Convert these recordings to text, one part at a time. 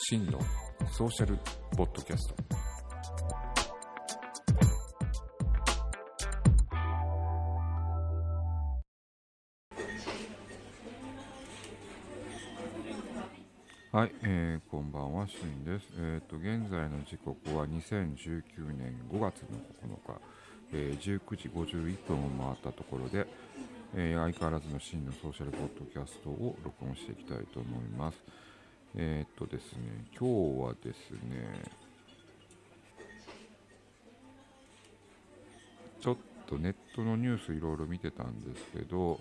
真のソーシャルポッドキャスト。はい、こんばんは、しんです。現在の時刻は2019年5月の9日、19時51分を回ったところで、相変わらずの真のソーシャルポッドキャストを録音していきたいと思います。ですね、今日はですね、ちょっとネットのニュースいろいろ見てたんですけど、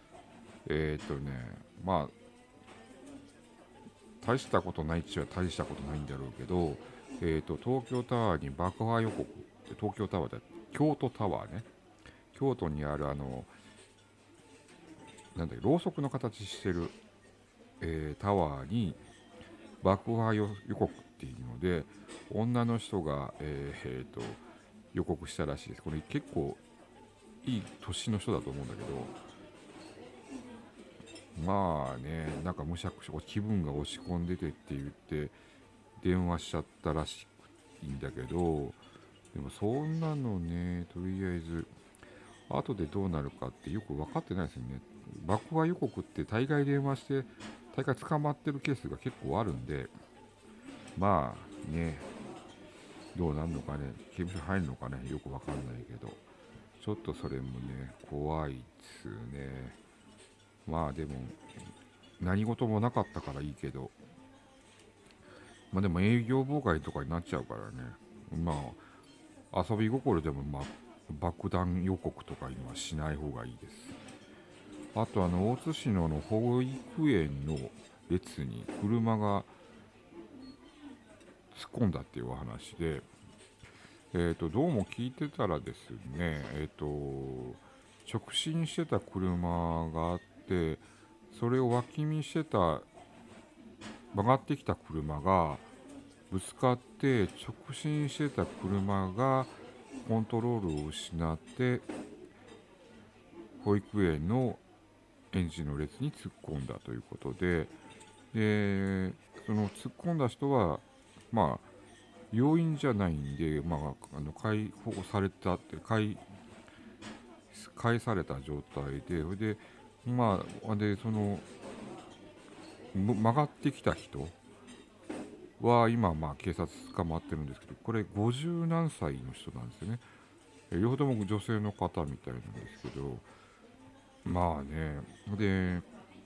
まあ、大したことないっちゃ大したことないんだろうけど、東京タワーに爆破予告って、東京タワーで、京都タワーね、京都にあるろうそくの形してる、タワーに爆破予告っていうので、女の人が、予告したらしいです。これ結構いい年の人だと思うんだけど、まあね、なんかむしゃくしゃ気分が落ち込んでてって言って電話しちゃったらしいんだけど、でもそんなのね、とりあえず後でどうなるかってよく分かってないですよね。爆破予告って大概電話して大概捕まってるケースが結構あるんで、まあね、どうなるのかね、刑務所入るのかね、よく分かんないけど、ちょっとそれもね、怖いっすね。まあでも、何事もなかったからいいけど、まあでも営業妨害とかになっちゃうからね、まあ遊び心でも爆弾予告とかいうのはしない方がいいです。あと大津市の保育園の列に車が突っ込んだっていうお話で、どうも聞いてたらですね、直進してた車があって、それを脇見してた曲がってきた車がぶつかって、直進してた車がコントロールを失って保育園の園児の列に突っ込んだということで、その突っ込んだ人はまあ要因じゃないんで、解放されたって返された状態で、その曲がってきた人は今警察捕まってるんですけど、これ50何歳の人なんですよね。両方とも女性の方みたいなんですけど、まあね、で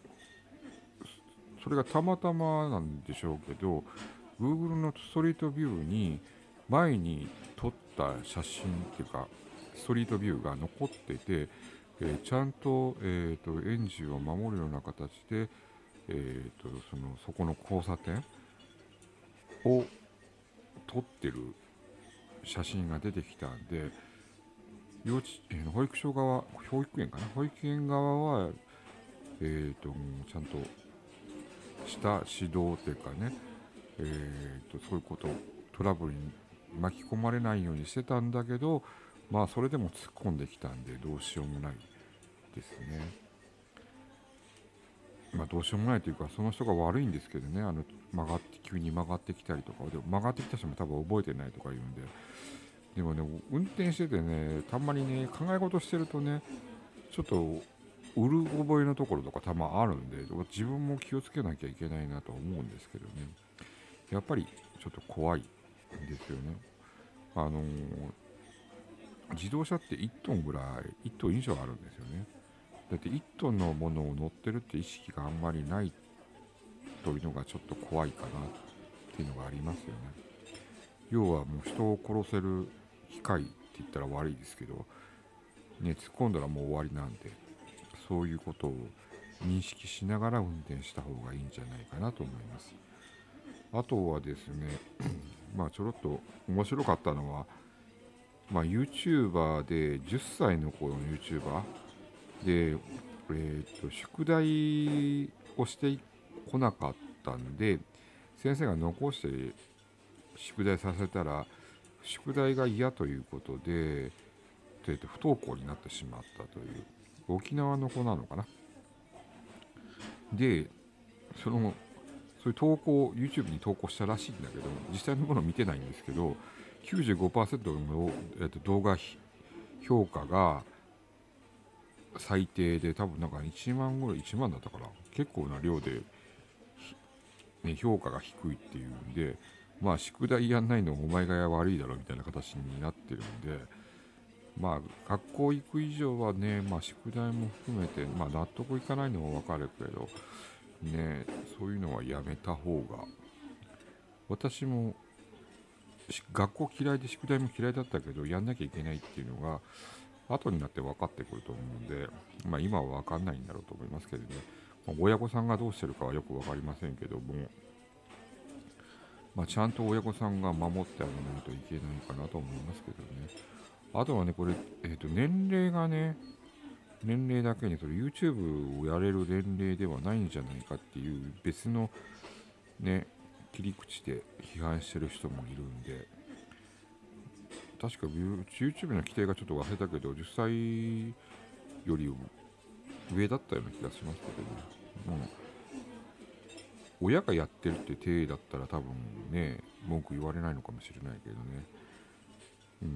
それがたまたまなんでしょうけど、Google のストリートビューに前に撮った写真っていうかストリートビューが残ってて、ちゃんと、園児を守るような形で、そこの交差点を撮ってる写真が出てきたんで、保育所側、保育園かな、保育園側は、ちゃんとした指導というかね、そういうことトラブルに巻き込まれないようにしてたんだけど、それでも突っ込んできたんでどうしようもないですね。どうしようもないというか、その人が悪いんですけどね、急に曲がってきたりとかで、曲がってきた人も多分覚えてないとか言うんで、でもね、運転しててね、たまにね、考え事してるとね、ちょっとうる覚えのところとかたまあるんで、自分も気をつけなきゃいけないなと思うんですけどね、やっぱりちょっと怖いんですよね。自動車って1トンぐらい、1トン以上あるんですよね。だって1トンのものを乗ってるって意識があんまりないというのがちょっと怖いかなっていうのがありますよね。要はもう人を殺せる機械って言ったら悪いですけど、ね、突っ込んだらもう終わりなんで、そういうことを認識しながら運転した方がいいんじゃないかなと思います。あとはですね、ちょろっと面白かったのは、YouTuber で10歳の頃の YouTuber で、宿題をしてこなかったんで、先生が残して宿題させたら、宿題が嫌ということで、不登校になってしまったという、沖縄の子なのかな。で、そそういう投稿 YouTube に投稿したらしいんだけど、実際のものを見てないんですけど、95% の、動画評価が最低で、多分なんか1万ぐらい、1万だったから、結構な量で、ね、評価が低いっていうんで、まあ宿題やんないのお前が悪いだろみたいな形になってるんで、まあ学校行く以上はね、まあ宿題も含めて、まあ納得いかないのもわかるけど、ね、そういうのはやめた方が、私も学校嫌いで宿題も嫌いだったけど、やんなきゃいけないっていうのが、後になって分かってくると思うんで、まあ今は分かんないんだろうと思いますけどね、まあ、親御さんがどうしてるかはよく分かりませんけども、まあ、ちゃんと親御さんが守ってあげないといけないかなと思いますけどね。あとはね、これ、年齢がね、年齢だけにそれ YouTube をやれる年齢ではないんじゃないかっていう別のね、切り口で批判してる人もいるんで、確か YouTube の規定がちょっと忘れたけど、10歳より上だったような気がしますけどね。もう親がやってるって体だったら多分ね、文句言われないのかもしれないけどね。うん。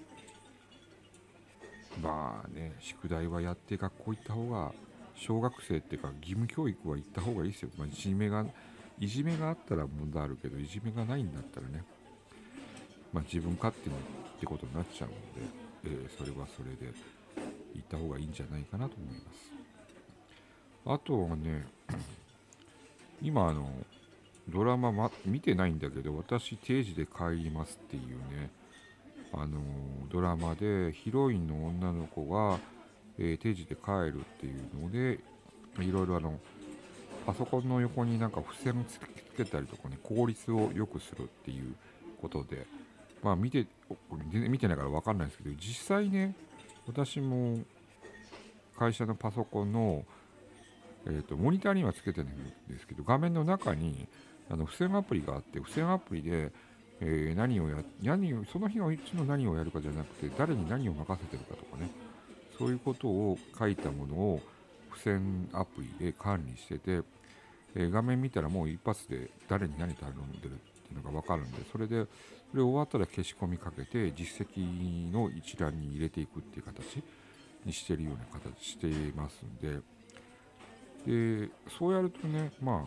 まあね、宿題はやって学校行った方が、小学生っていうか義務教育は行った方がいいですよ。まあ、いじめがあったら問題あるけど、いじめがないんだったらね、まあ自分勝手にってことになっちゃうので、それはそれで行った方がいいんじゃないかなと思います。あとはね、今ドラマ、見てないんだけど、私定時で帰りますっていうね、ドラマでヒロインの女の子が、定時で帰るっていうので、いろいろパソコンの横になんか付箋をつけたりとかね、効率を良くするっていうことで、まあ見てないから分かんないですけど、実際ね、私も会社のパソコンの、モニターにはつけてないんですけど、画面の中に付箋アプリがあって、付箋アプリで、その日のうちの何をやるかじゃなくて、誰に何を任せてるかとかね、そういうことを書いたものを付箋アプリで管理してて、画面見たらもう一発で誰に何頼んでるっていうのが分かるんで、それ終わったら消し込みかけて実績の一覧に入れていくっていう形にしてるような形してますんで、そうやるとね、まあ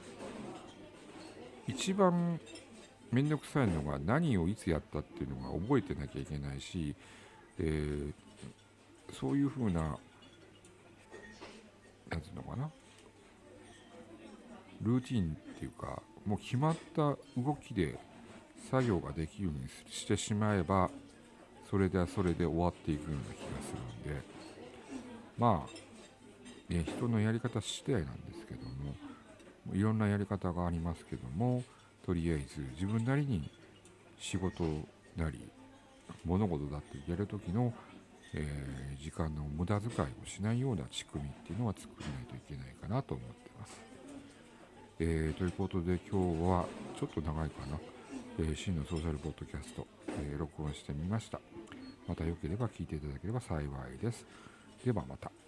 一番めんどくさいのが何をいつやったっていうのが覚えてなきゃいけないし、そういう風な、なんていうのかな、ルーティンっていうか、もう決まった動きで作業ができるようにしてしまえば、それで終わっていくような気がするんで、まあ、ね、人のやり方次第なんですけども、いろんなやり方がありますけども、とりあえず自分なりに仕事なり物事だってやるときの、時間の無駄遣いをしないような仕組みっていうのは作らないといけないかなと思ってます。ということで今日はちょっと長いかな、真のソーシャルポッドキャスト、録音してみました。また良ければ聞いていただければ幸いです。ではまた。